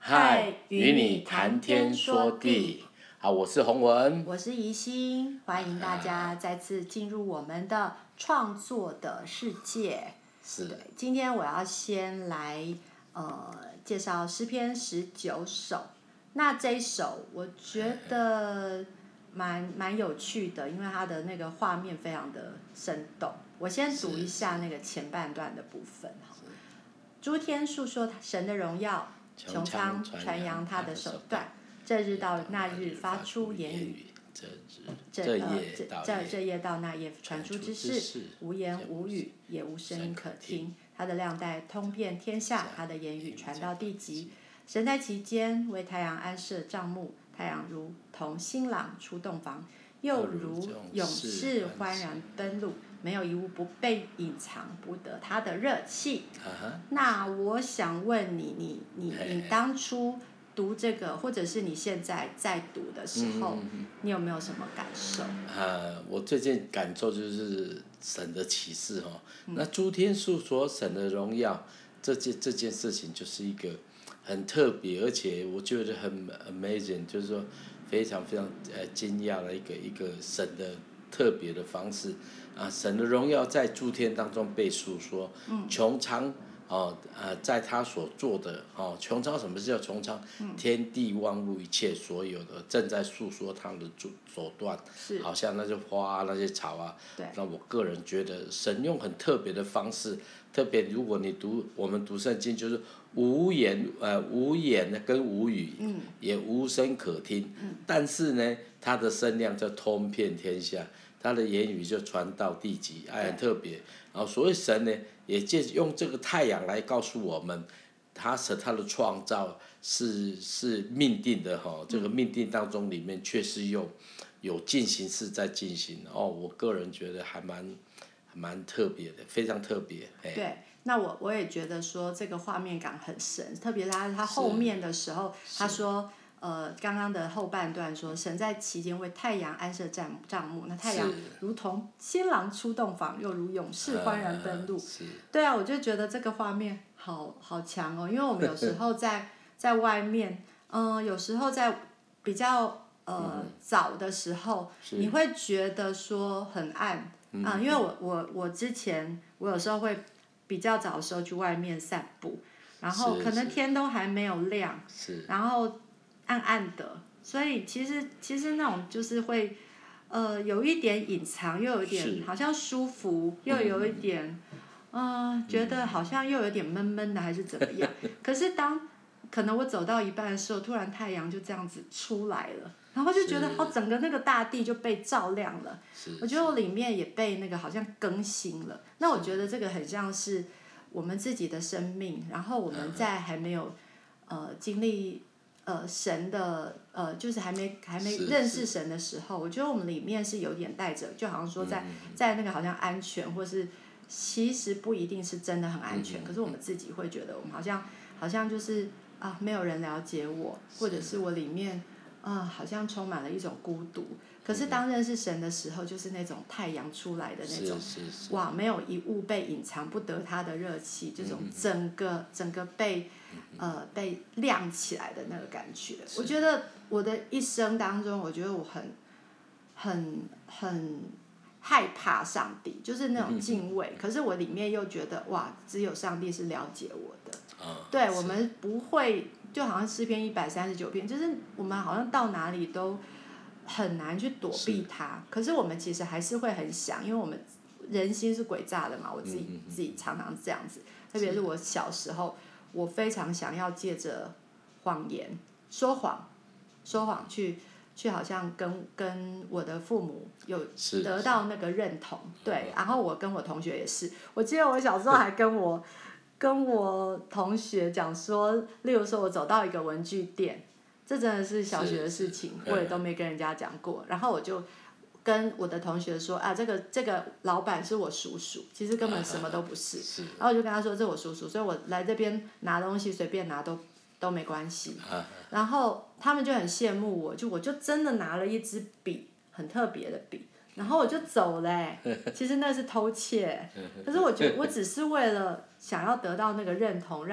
嗨，与你谈天说地。好，我是洪文， 我是怡心，欢迎大家再次进入我们的创作的世界。 是， 今天我要先来介绍诗篇19首。那这一首我觉得蛮有趣的，因为它的那个画面非常的生动。我先读一下那个前半段的部分。诸天述说神的荣耀，穹苍传扬他的手段。这日到那日发出言语，这夜到那夜传出之事，无言无语，也无声音可听。他的亮带通遍天下，他的言语传到地极。神在其间为太阳安设帐幕，太阳如同新郎出洞房，又如勇士欢然奔路。没有一物不被隐藏，不得他的热气。那我想问你当初读这个，或者是你现在在读的时候，你有没有什么感受？ 我最近感受就是神的启示那诸天述说神的荣耀，这件事情就是一个很特别，而且我觉得很 amazing， 就是说非常非常惊讶的一个神的特别的方式神的荣耀在诸天当中被述说，穹苍在他所做的穹苍，什么是叫穹苍？天地万物一切所有的正在诉说他的手段，好像那些花那些草那我个人觉得神用很特别的方式，特别如果我们读圣经，就是无言跟无语，也无声可听，但是呢，他的声量就通遍天下。他的言语就传到地极，很特别。然后所谓神呢，也用这个太阳来告诉我们，他的创造是命定的这个命定当中里面确实有进行式在进行我个人觉得还蛮特别的，非常特别。 对，那我也觉得说这个画面感很深，特别他后面的时候，他说。刚刚的后半段说，神在其间为太阳安设帐幕，那太阳如同新郎出洞房，又如勇士欢然奔路。对啊，我就觉得这个画面好强因为我们有时候在外面，有时候在比较早的时候，你会觉得说很暗因为我之前我有时候会比较早的时候去外面散步，然后可能天都还没有亮，然后。暗暗的，所以其实那种就是会，有一点隐藏，又有一点好像舒服，又有一点，觉得好像又有点闷闷的，还是怎么样？可是可能我走到一半的时候，突然太阳就这样子出来了，然后就觉得整个那个大地就被照亮了。我觉得我里面也被那个好像更新了。那我觉得这个很像是我们自己的生命，然后我们在还没有经历。神的就是还没认识神的时候，我觉得我们里面是有点带着，就好像说在那个好像安全，或是其实不一定是真的很安全，可是我们自己会觉得我们好像就是没有人了解我，或者是我里面好像充满了一种孤独。可是当认识神的时候，就是那种太阳出来的那种，哇，没有一物被隐藏，不得他的热气，这种整个被亮起来的那个感觉。我觉得我的一生当中，我觉得我很害怕上帝，就是那种敬畏。可是我里面又觉得哇，只有上帝是了解我的。对，我们不会，就好像诗篇139篇，就是我们好像到哪里都很难去躲避它。可是我们其实还是会很想，因为我们人心是诡诈的嘛。我自己常常这样子，特别是我小时候。我非常想要借着谎言说谎去好像跟我的父母有得到那个认同，对，然后我跟我同学也是，我记得我小时候还跟我同学讲说，例如说我走到一个文具店，这真的是小学的事情，我也都没跟人家讲过，然后我就跟我的同学说这个老板是我叔叔，其实根本什么都不是。然后我就跟他说这是我叔叔，所以我来这边拿东西随便拿都没关系。然后他们就很羡慕我，我就真的拿了一支笔，很特别的笔，然后我就走了其实那是偷窃可是我觉得我只是为了想要得到那个认同，让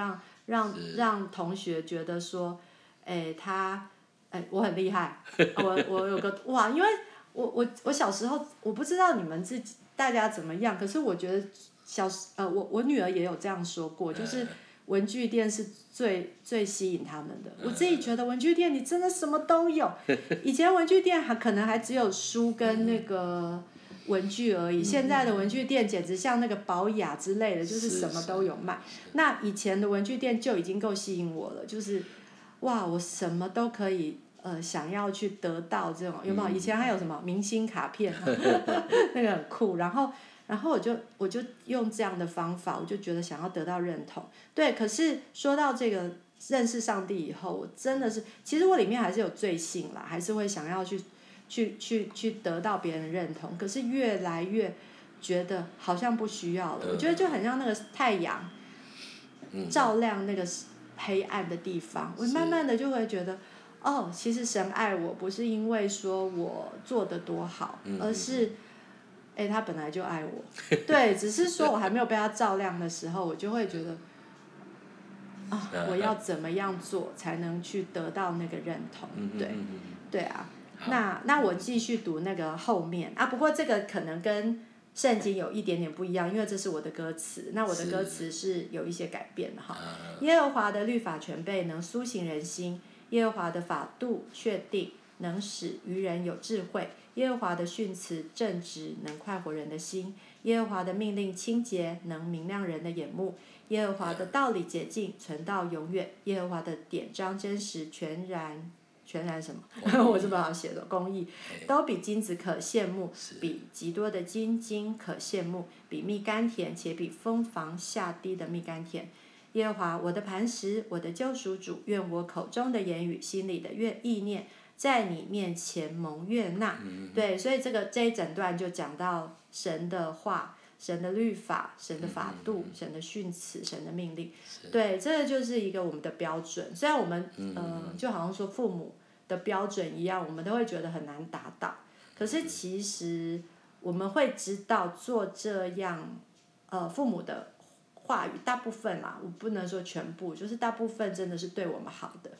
让同学觉得说，我很厉害，我有个哇，因为我小时候我不知道你们大家怎么样，可是我觉得我女儿也有这样说过，就是文具店是最吸引他们的。我自己觉得文具店你真的什么都有，以前文具店可能还只有书跟那个文具而已，现在的文具店简直像那个宝雅之类的，就是什么都有卖。那以前的文具店就已经够吸引我了，就是哇，我什么都可以。想要去得到这种有没有？以前还有什么明星卡片，那个很酷。然后我就用这样的方法，我就觉得想要得到认同。对，可是说到这个认识上帝以后，我真的是，其实我里面还是有罪性啦，还是会想要去得到别人认同。可是越来越觉得好像不需要了。我觉得就很像那个太阳照亮那个黑暗的地方，我慢慢的就会觉得。其实神爱我不是因为说我做得多好，而是，他本来就爱我，对，只是说我还没有被他照亮的时候，我就会觉得，我要怎么样做才能去得到那个认同，对啊，那我继续读那个后面啊，不过这个可能跟圣经有一点点不一样，因为这是我的歌词，那我的歌词是有一些改变的哈。耶和华的律法全备，能苏醒人心。耶和华的法度确定，能使愚人有智慧；耶和华的训词正直，能快活人的心；耶和华的命令清洁，能明亮人的眼目；耶和华的道理洁净，存到永远；耶和华的典章真实，全然什么？我是不好写的，公义都比金子可羡慕，比极多的金晶可羡慕，比蜜甘甜，且比蜂房下滴的蜜甘甜。耶和华我的磐石，我的救赎主，愿我口中的言语，心里的意念，在你面前蒙悦纳。对，所以这一整段就讲到神的话、神的律法、神的法度、神的训词、神的命令。对，这个就是一个我们的标准。虽然我们就好像说父母的标准一样，我们都会觉得很难达到。可是其实我们会知道做这样父母的话语大部分啦，我不能说全部，就是大部分真的是对我们好的。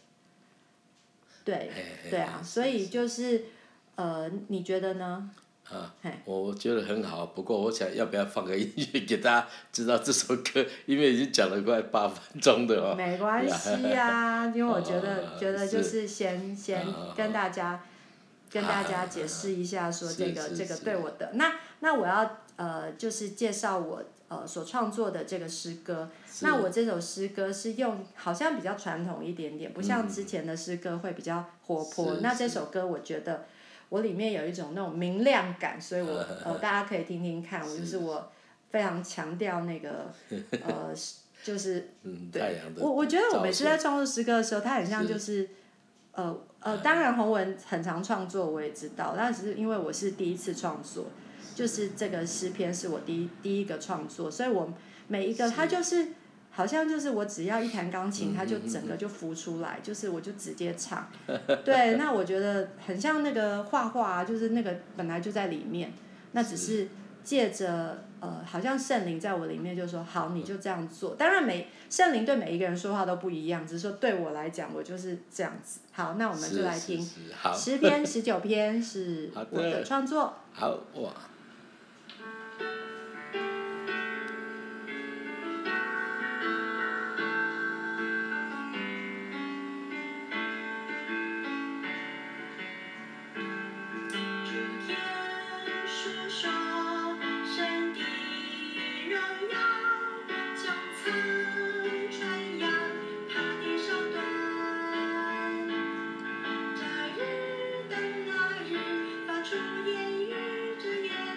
对啊，所以就是你觉得呢？ 我觉得很好，不过我想要不要放个音乐给大家知道这首歌，因为已经讲了快8分钟的没关系啊，因为我觉得就是先跟大家解释一下，说这个对我的那我要就是介绍我所创作的这个诗歌。那我这首诗歌是用好像比较传统一点点，不像之前的诗歌会比较活泼。那这首歌我觉得我里面有一种那种明亮感，所以大家可以听听看。我非常强调那个就是对，我觉得我每次在创作诗歌的时候，它很像就是当然洪文很常创作，我也知道，但只是因为我是第一次创作，就是这个诗篇是我第一个创作，所以我每一个它就是好像就是我只要一弹钢琴，它就整个就浮出来，就是我就直接唱。对，那我觉得很像那个画画，就是那个本来就在里面，那只是借着好像圣灵在我里面就说好，你就这样做。当然圣灵对每一个人说话都不一样，只是说对我来讲，我就是这样子。好，那我们就来听诗篇19篇是我的创作。 好哇。 这言语之言。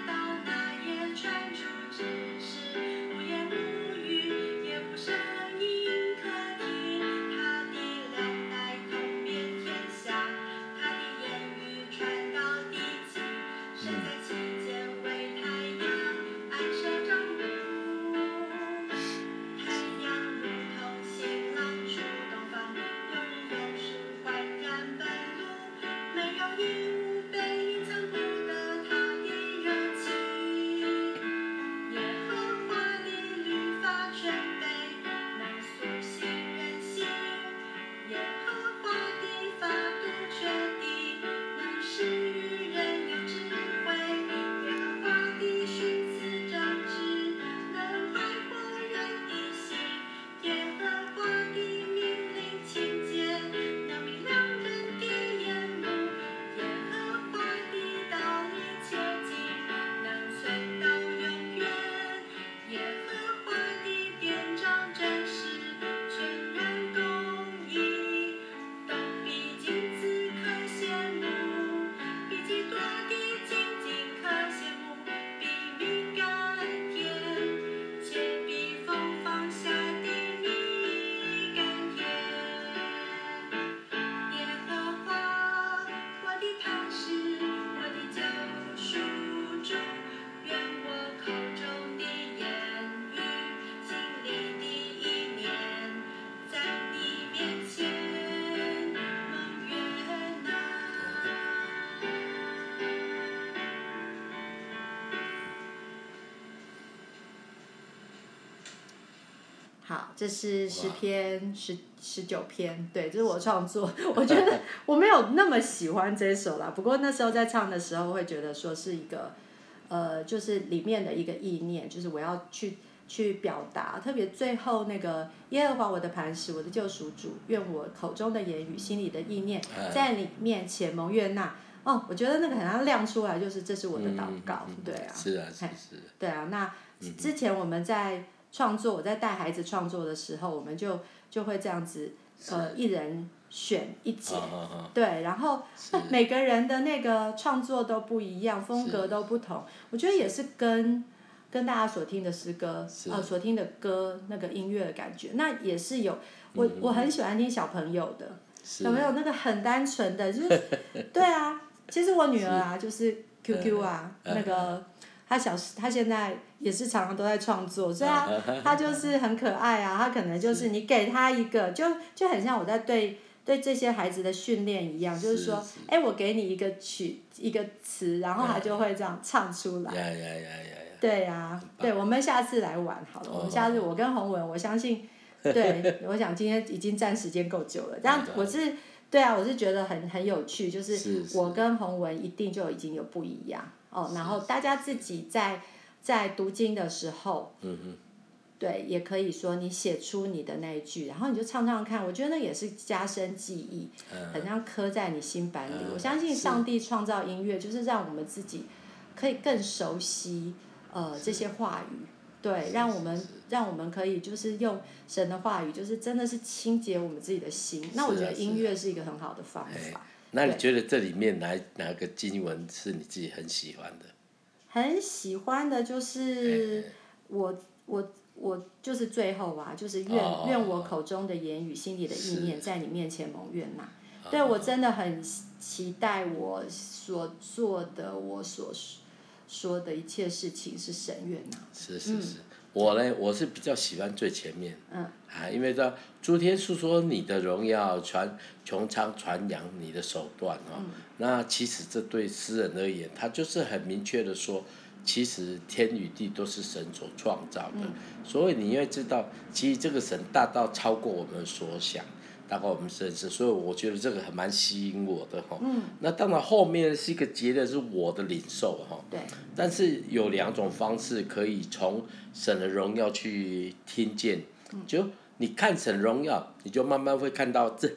这是10篇19篇，对，这是我创作。我觉得我没有那么喜欢这首啦，不过那时候在唱的时候会觉得说是一个，就是里面的一个意念，就是我要去表达，特别最后那个耶和华我的磐石，我的救赎主，愿我口中的言语，心里的意念，在你面前蒙悦纳。哦，我觉得那个很像亮出来，就是这是我的祷告，对啊。 是啊，是。 对啊，那之前我们在创作，我在带孩子创作的时候，我们就会这样子，一人选一节，对，然后每个人的那个创作都不一样，风格都不同，我觉得也是跟大家所听的诗歌，所听的歌那个音乐的感觉，那也是有，我很喜欢听小朋友的，小朋友那个很单纯的，就是对啊，其实我女儿啊，就是 QQ 啊，那个。他现在也是常常都在创作，所以他就是很可爱啊。他可能就是你给他一个，就很像我在对这些孩子的训练一样，就是说，我给你一个一个词，然后他就会这样唱出来。对呀，对，我们下次来玩好了。我们下次我跟洪文，我相信，对，我想今天已经占时间够久了。这样对啊，我是觉得很有趣，就是我跟洪文一定就已经有不一样。然后大家自己在读经的时候，对，也可以说你写出你的那一句，然后你就唱唱看，我觉得那也是加深记忆，很像刻在你心板里。我相信上帝创造音乐，就是让我们自己可以更熟悉这些话语，对，让我们可以就是用神的话语，就是真的是清洁我们自己的心。那我觉得音乐是一个很好的方法。 那你觉得这里面哪个经文是你自己很喜欢的？ 很喜欢的就是我就是最后啊，就是愿我口中的言语，心里的意念，在你面前蒙悦纳。对，我真的很期待我所做的，我所说的一切事情是神悦纳。 是。我呢，我是比较喜欢最前面，因为说诸天述说你的荣耀，穹苍传扬你的手段那其实这对诗人而言，他就是很明确的说，其实天与地都是神所创造的，所以你会知道，其实这个神大到超过我们所想。大概我们认识，所以我觉得这个还蛮吸引我的那当然后面是一个结论，是我的领受对。但是有2种方式可以从神的荣耀去听见，就你看神荣耀，你就慢慢会看到这。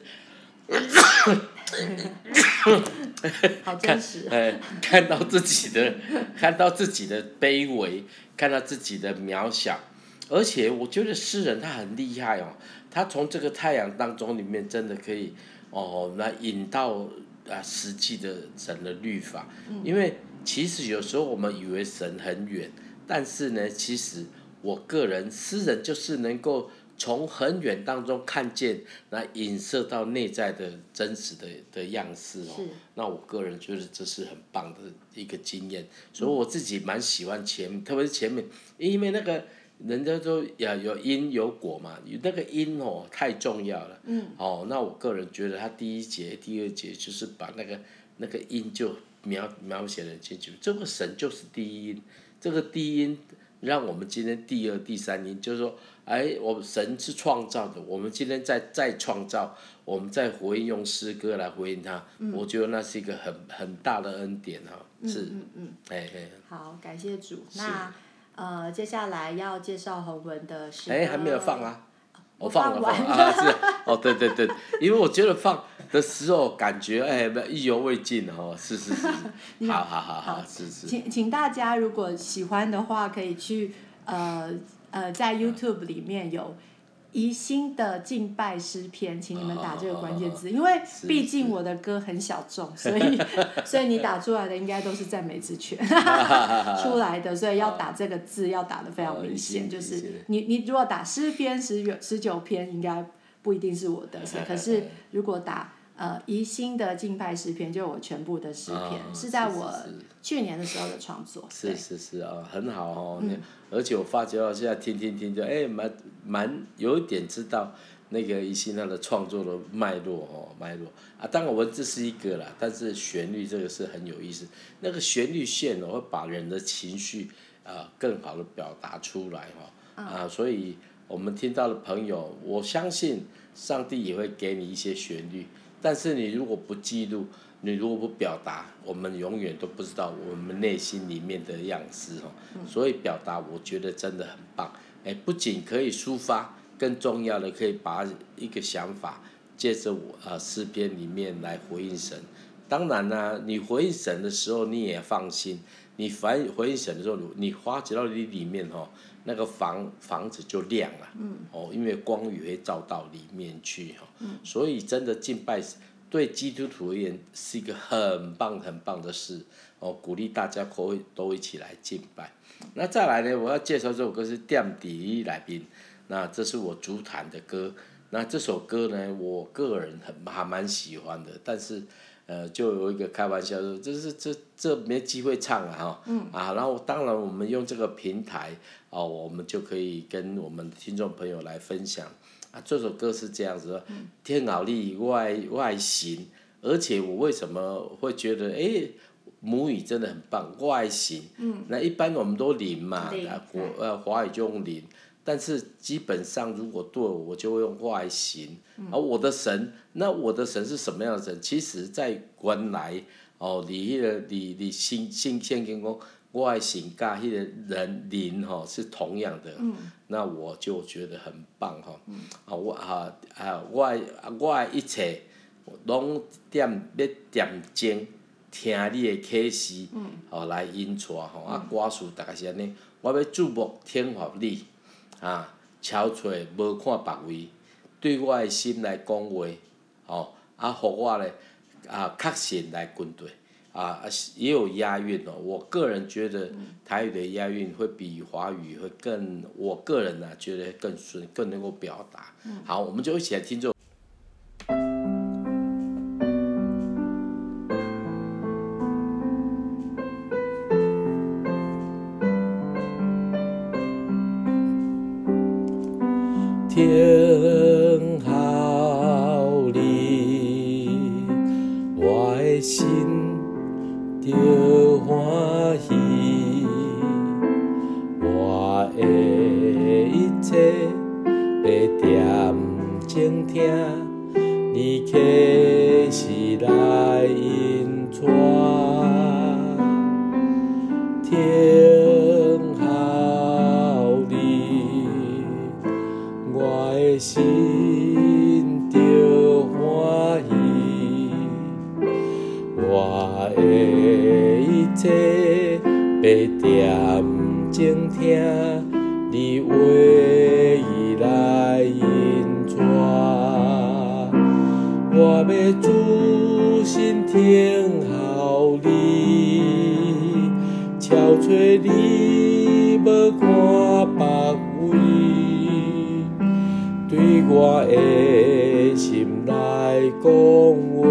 好真实。 看到自己的卑微，看到自己的渺小，而且我觉得诗人他很厉害他从这个太阳当中里面真的可以来引到实际的神的律法，因为其实有时候我们以为神很远，但是呢，其实我个人诗人就是能够从很远当中看见，来影射到内在的真实的样式那我个人觉得这是很棒的一个经验，所以我自己蛮喜欢特别是前面，因为那个。人家说有因有果嘛，那个因太重要了。那我个人觉得他第1节、第2节就是把那个因就描写了清楚。这个神就是第一因，这个第一因让我们今天第2、第3因，就是说，我们神是创造的，我们今天再创造，我们再回应用诗歌来回应他，我觉得那是一个很大的恩典是。 好，感谢主。那。接下来要介绍洪文的诗歌。 还没有放啊。 我放完了。是。对，因为我觉得放的时候感觉意犹未尽是。好，是。 请大家如果喜欢的话，可以去在 YouTube 里面有。宜心的敬拜诗篇，请你们打这个关键字，因为毕竟我的歌很小众，所以你打出来的应该都是赞美之泉出来的，所以要打这个字要打得非常明显，就是你如果打诗篇19篇，应该不一定是我的，可是如果打宜心的敬拜诗篇，就我全部的诗篇，是在我去年的时候的创作。 是很好而且我发觉到现在听就蛮有一点知道那个宜心他的创作的脉络当然文字是一个啦，但是旋律这个是很有意思，那个旋律线会把人的情绪更好的表达出来所以我们听到的朋友，我相信上帝也会给你一些旋律，但是你如果不记录，你如果不表达，我们永远都不知道我们内心里面的样子哦。所以表达，我觉得真的很棒。不仅可以抒发，更重要的可以把一个想法借着诗篇里面来回应神。当然啦，你回应神的时候，你也放心。你回应神的时候，你发觉到你里面那个房子就亮了。因为光宇会照到里面去所以真的敬拜对基督徒而言是一个很棒很棒的事鼓励大家都一起来敬拜。那再来呢，我要介绍这首歌是《踮伫你内面》，那这是我主弹的歌。那这首歌呢，我个人还蛮喜欢的，但是就有一个开玩笑说，这没机会唱啊然后当然我们用这个平台我们就可以跟我们的听众朋友来分享这首歌是这样子的，天后你我的心，而且我为什么会觉得母语真的很棒，我的心。那一般我们都灵嘛，华语就用灵。但是基本上，如果对我就会用我的神。我的神，那我的神是什么样的神？其实，在原来你圣经讲，我的神甲迄个人灵是同样的。那我就觉得很棒我的一切拢要点睛听你的启示来引带歌词大概是安尼，我要注目天华你。憔悴无看别位，对我的心来讲话，互我咧确信来军队也有押韵我个人觉得台语的押韵会比华语会更，我个人觉得更顺，更能够表达。好，我们就一起来听这首。听候你，我的心就欢喜，我的一切要点睛听，你启示来引带。听候你，我的心就欢喜，我的一切要点睛听，你话语来引带。我要主心听候你，憔悴你无看别位，对我的心来讲话，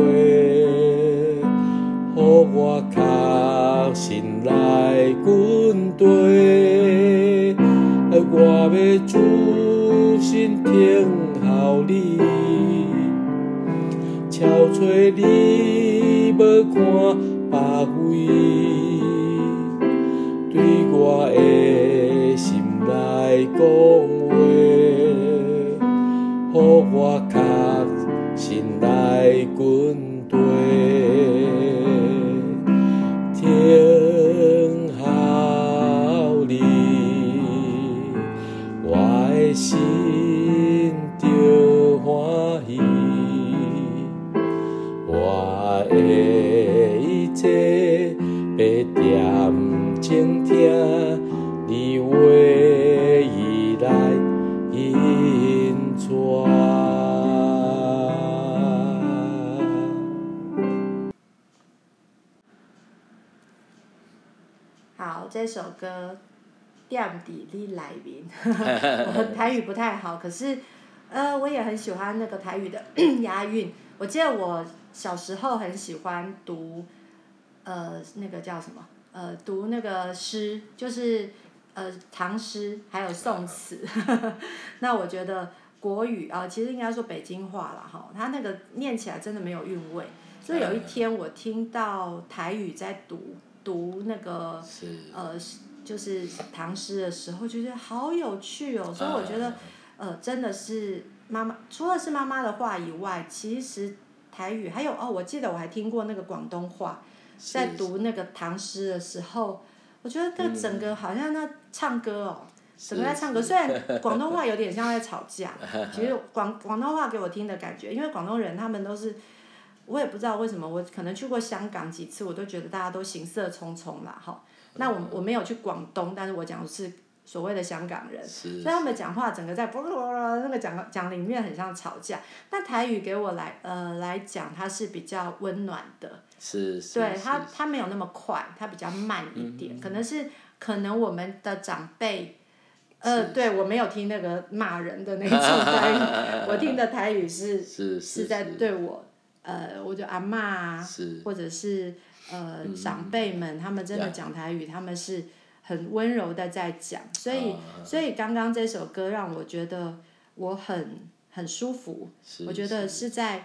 予我确信来军队。我要主心听候你，憔悴你无看别位，对我的心来讲话，予我确信来军队。听候你，我的心就欢喜，我的一切要点睛听，你话语来引带。 好，这首歌踮伫你内面，我台语不太好，可是我也很喜欢那个台语的押韵。我记得我小时候很喜欢读那个叫什么读那个诗，就是唐诗还有宋词。那我觉得国语其实应该说北京话啦它那个念起来真的没有韵味。所以有一天我听到台语在读那个就是唐诗的时候，觉得好有趣所以我觉得真的是妈妈，除了是妈妈的话以外，其实台语还有我记得我还听过那个广东话，在读那个唐诗的时候，我觉得那整个好像那唱歌整个在唱歌，虽然广东话有点像在吵架，其实广东话给我听的感觉，因为广东人他们都是，我也不知道为什么，我可能去过香港几次，我都觉得大家都行色匆匆啦哈。那我没有去广东，但是我讲的是所谓的香港人，所以他们讲话整个在那个讲里面很像吵架。那台语给我来讲，它是比较温暖的，对它没有那么快，它比较慢一点，可能我们的长辈。对，我没有听那个骂人的那种台语，我听的台语是在对我就阿嬷啊，或者是长辈们，他们真的讲台语，他们是很温柔的在讲，所以刚刚这首歌让我觉得我很舒服，我觉得是在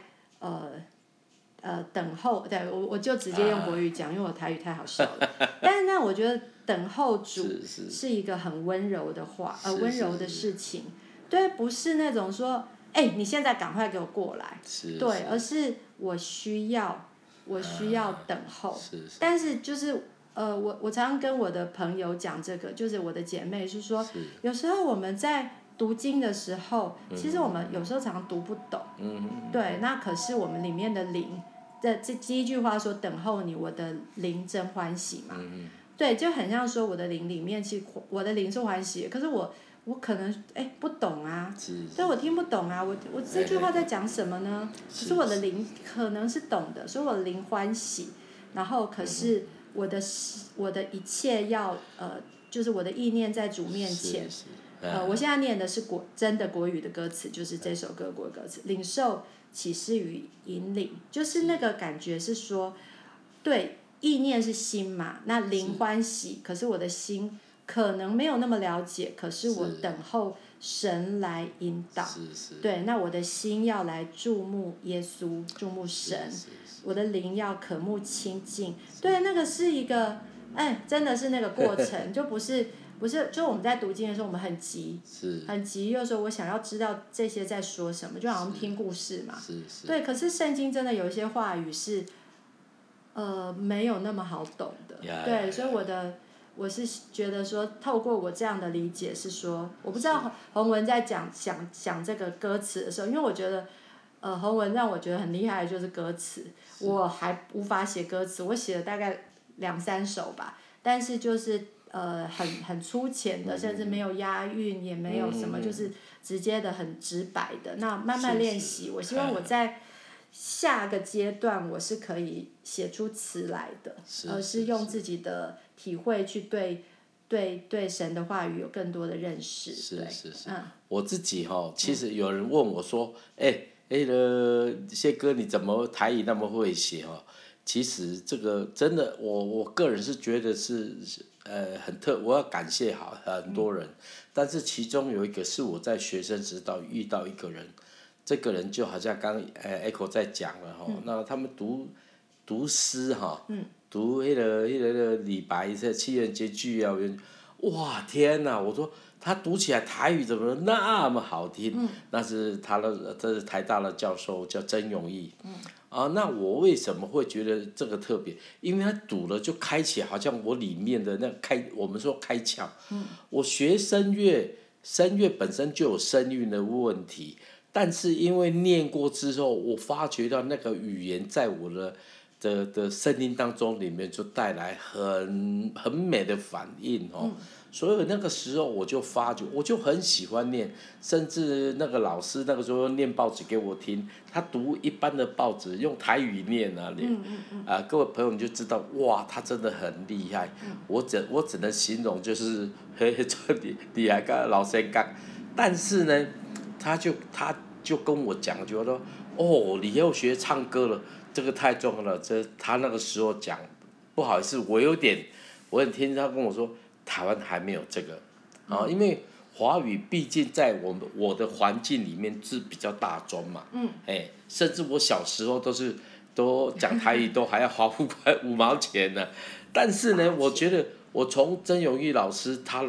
等候，对我就直接用国语讲，因为我台语太好笑了，但是呢，我觉得。等候主是一个很温柔的话，温柔的事情，对，不是那种说，你现在赶快给我过来，对，而是我需要等候，但是就是我常常跟我的朋友讲这个，就是我的姐妹是说，有时候我们在读经的时候，其实我们有时候常常读不懂，对，那可是我们里面的灵，这第一句话说等候你，我的灵真欢喜嘛。对，就很像说我的灵里面，其实我的灵是欢喜的，可是我可能不懂啊，对，我听不懂啊，我这句话在讲什么呢？可是我的灵可能是懂的，所以我的灵欢喜，然后可是我的一切要就是我的意念在主面前，我现在念的是真的国语的歌词，就是这首歌国歌词，领受启示与引领，就是那个感觉是说，对。意念是心嘛，那灵欢喜，可是我的心可能没有那么了解，可是我等候神来引导，对，那我的心要来注目耶稣，注目神，我的灵要渴慕亲近，对，那个是一个，真的是那个过程，就不是，就我们在读经的时候，我们很急，又说我想要知道这些在说什么，就好像听故事嘛，对，可是圣经真的有一些话语是。没有那么好懂的，对，所以我是觉得说，透过我这样的理解是说，我不知道洪文在讲这个歌词的时候，因为我觉得，洪文让我觉得很厉害的就是歌词，我还无法写歌词，我写了大概2-3首吧，但是就是很粗浅的，甚至没有押韵，也没有什么，就是直接的很直白的，那慢慢练习，我希望我在。下个阶段我是可以写出词来的，而是用自己的体会去对神的话语有更多的认识。是。 我自己其实有人问我说，谢哥你怎么台语那么会写其实这个真的，我个人是觉得是我要感谢很多人，但是其中有一个是我在学生时代遇到一个人。这个人就好像刚Echo 在讲了那他们读诗读那个李白这七言绝句啊，哇天哪！我说他读起来台语怎么那么好听？那是这是台大的教授叫曾永义。那我为什么会觉得这个特别？因为他读了就开启，好像我里面的我们说开窍。我学声乐本身就有声韵的问题。但是因为念过之后，我发觉到那个语言在我的声音当中里面就带来很美的反应所以那个时候我就发觉，我就很喜欢念，甚至那个老师那个时候念报纸给我听，他读一般的报纸用台语念各位朋友你就知道，哇，他真的很厉害。我只能形容就是厉害个老先生，但是呢，他就跟我讲，就说你要学唱歌了，这个太重要了。他那个时候讲，不好意思，我很听他跟我说，台湾还没有这个因为华语毕竟在我的环境里面是比较大众嘛，甚至我小时候都讲台语都还要花5毛钱呢。但是呢，我觉得我从曾永义老师他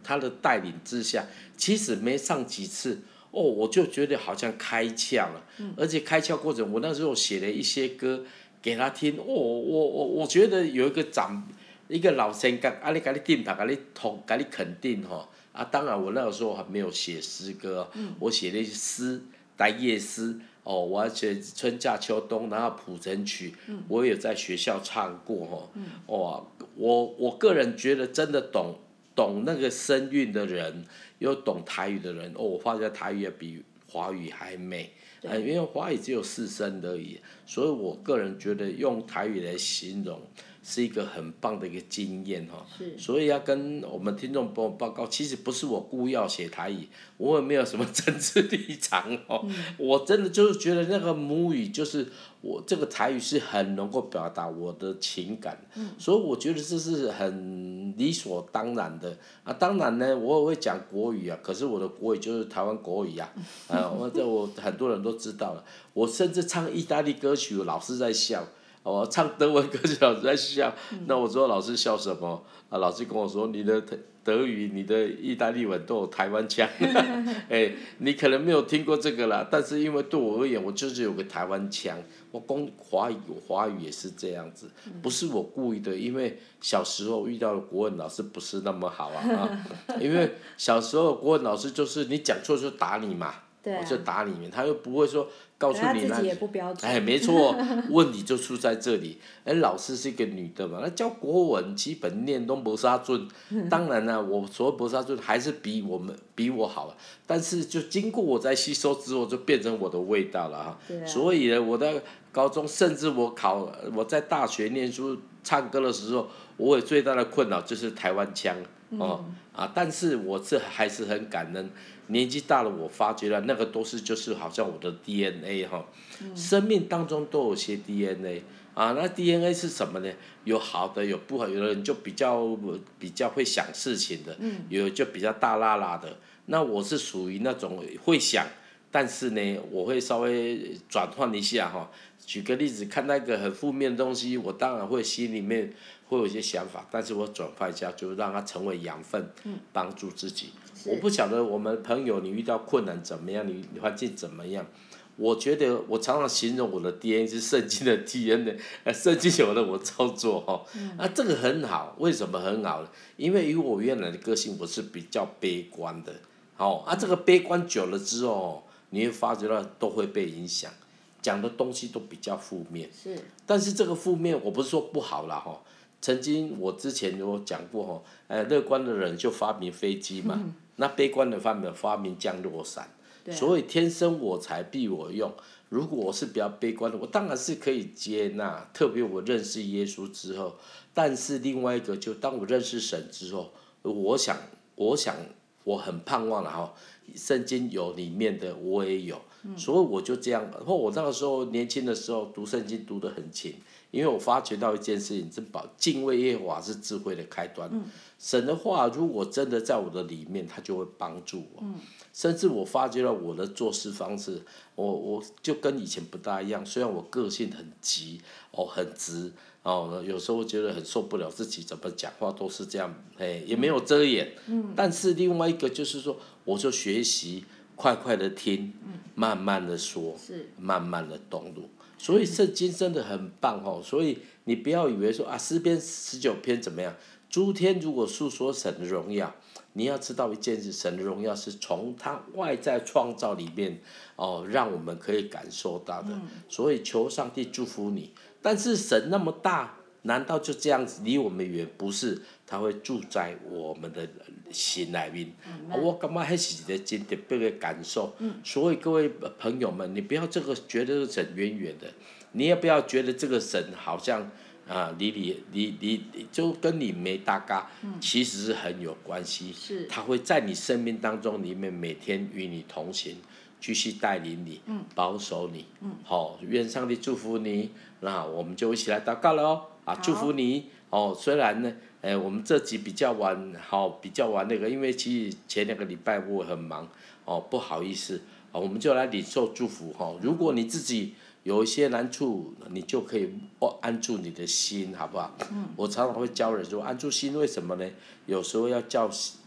他的带领之下，其实没上几次。我就觉得好像开窍了，而且开窍过程，我那时候写了一些歌给他听，我觉得有一个老先生，你给你定牌，给你肯定当然我那个时候还没有写诗歌，我写了一些诗，带夜诗，我还写春夏秋冬，然后谱成曲，我也有在学校唱过我个人觉得真的懂那个声韵的人，又懂台语的人，我发觉台语也比华语还美，因为华语只有4声而已，所以我个人觉得用台语来形容是一个很棒的一个经验所以要跟我们听众朋友报告，其实不是我故意要写台语，我也没有什么政治立场我真的就是觉得那个母语就是我这个台语是很能够表达我的情感，所以我觉得这是很理所当然的当然呢，我也会讲国语可是我的国语就是台湾国语我很多人都知道了，我甚至唱意大利歌曲，老师在笑。我唱德文歌曲，老师在笑。那我说老师笑什么？老师跟我说你的德语、你的意大利文都有台湾腔。你可能没有听过这个啦，但是因为对我而言，我就是有个台湾腔。我讲华语也是这样子，不是我故意的，因为小时候遇到的国文老师不是那么好因为小时候国文老师就是你讲错就打你嘛。我就打你们，他又不会说告诉你他自己也不标准。 没错，问题就出在这里。老师是一个女的嘛，那教国文基本念都没啥准。当然了，我所谓没啥准还是比我好，但是就经过我在吸收之后，就变成我的味道了所以呢，我在高中，甚至我在大学念书唱歌的时候，我有最大的困扰就是台湾腔但是我还是很感恩。年纪大了，我发觉了那个都是就是好像我的 DNA 生命当中都有些 DNA 那 DNA 是什么呢？有好的，有不好，有的人就比较会想事情的，有就比较大剌剌的。那我是属于那种会想，但是呢，我会稍微转换一下举个例子，看那个很负面的东西，我当然会心里面会有一些想法，但是我转换一下，就让它成为养分，帮助自己。我不晓得我们朋友你遇到困难怎么样，你环境怎么样？我觉得我常常形容我的 DNA 是圣经的 DNA， 圣经有了我照做这个很好，为什么很好呢？因为以我原来的个性，我是比较悲观的，这个悲观久了之后你会发觉到都会被影响，讲的东西都比较负面。 是。 但是这个负面我不是说不好啦曾经我之前有讲过乐观的人就发明飞机嘛，那悲观的发明降落伞。所以天生我材必我用。如果我是比较悲观的，我当然是可以接纳，特别我认识耶稣之后。但是另外一个，就当我认识神之后，我想我很盼望了圣经有里面的我也有，所以我就这样。我那个时候年轻的时候读圣经读得很勤，因为我发觉到一件事情，敬畏耶和华是智慧的开端。神的话如果真的在我的里面，他就会帮助我。甚至我发觉到我的做事方式，我就跟以前不大一样。虽然我个性很急很直有时候觉得很受不了自己怎么讲话都是这样也没有遮掩。但是另外一个就是说，我就学习快快的听，慢慢的说，慢慢的动怒。所以圣经真的很棒所以你不要以为说诗篇19篇怎么样，诸天如果述说神的荣耀，你要知道一件事，神的荣耀是从他外在创造里面让我们可以感受到的。所以求上帝祝福你。但是神那么大，难道就这样子离我们远？不是，他会住在我们的心里面。我感觉那是一个真特别的感受。所以各位朋友们，你不要觉得这个神远远的，你也不要觉得这个神好像你就跟你没搭嘎，其实是很有关系。他会在你生命当中里面每天与你同行，继续带领你，保守你。愿上帝祝福你。那我们就一起来祷告了祝福你虽然呢我们这集比较晚那个，因为其实前2个礼拜我很忙不好意思我们就来领受祝福如果你自己有一些难处，你就可以安住你的心，好不好？我常常会教人说安住心，为什么呢？有时候要叫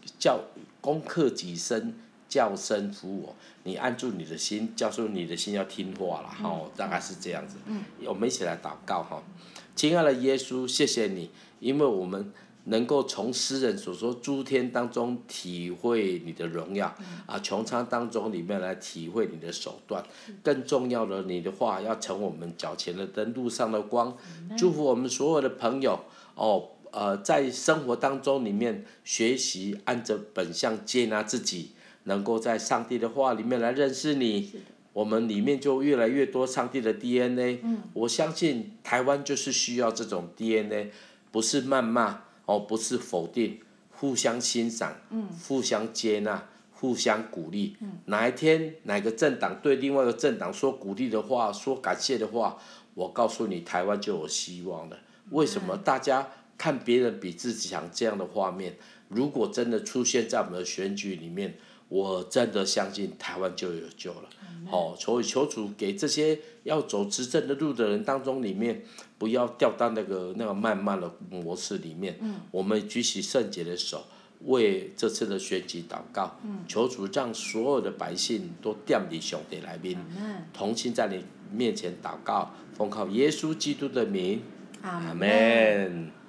攻克己身，叫身服我。你按住你的心，叫出你的心要听话了大概是这样子。我们一起来祷告亲爱的耶稣，谢谢你，因为我们能够从诗人所说诸天当中体会你的荣耀穹苍当中里面来体会你的手段。更重要的，你的话要成我们脚前的灯，路上的光。祝福我们所有的朋友在生活当中里面学习按着本相接纳自己，能够在上帝的话里面来认识你。我们里面就越来越多上帝的 DNA。我相信台湾就是需要这种 DNA， 不是谩骂不是否定，互相欣赏，互相接纳，互相鼓励。哪一天哪个政党对另外一个政党说鼓励的话，说感谢的话，我告诉你，台湾就有希望了。为什么大家看别人比自己强这样的画面，如果真的出现在我们的选举里面，我真的相信台湾就有救了。所以求主给这些要走执政的路的人当中里面，不要掉到那个谩骂的模式里面。我们举起圣洁的手，为这次的选举祷告。求主让所有的百姓都惦记上帝来面，同心在你面前祷告，奉靠耶稣基督的名，阿们。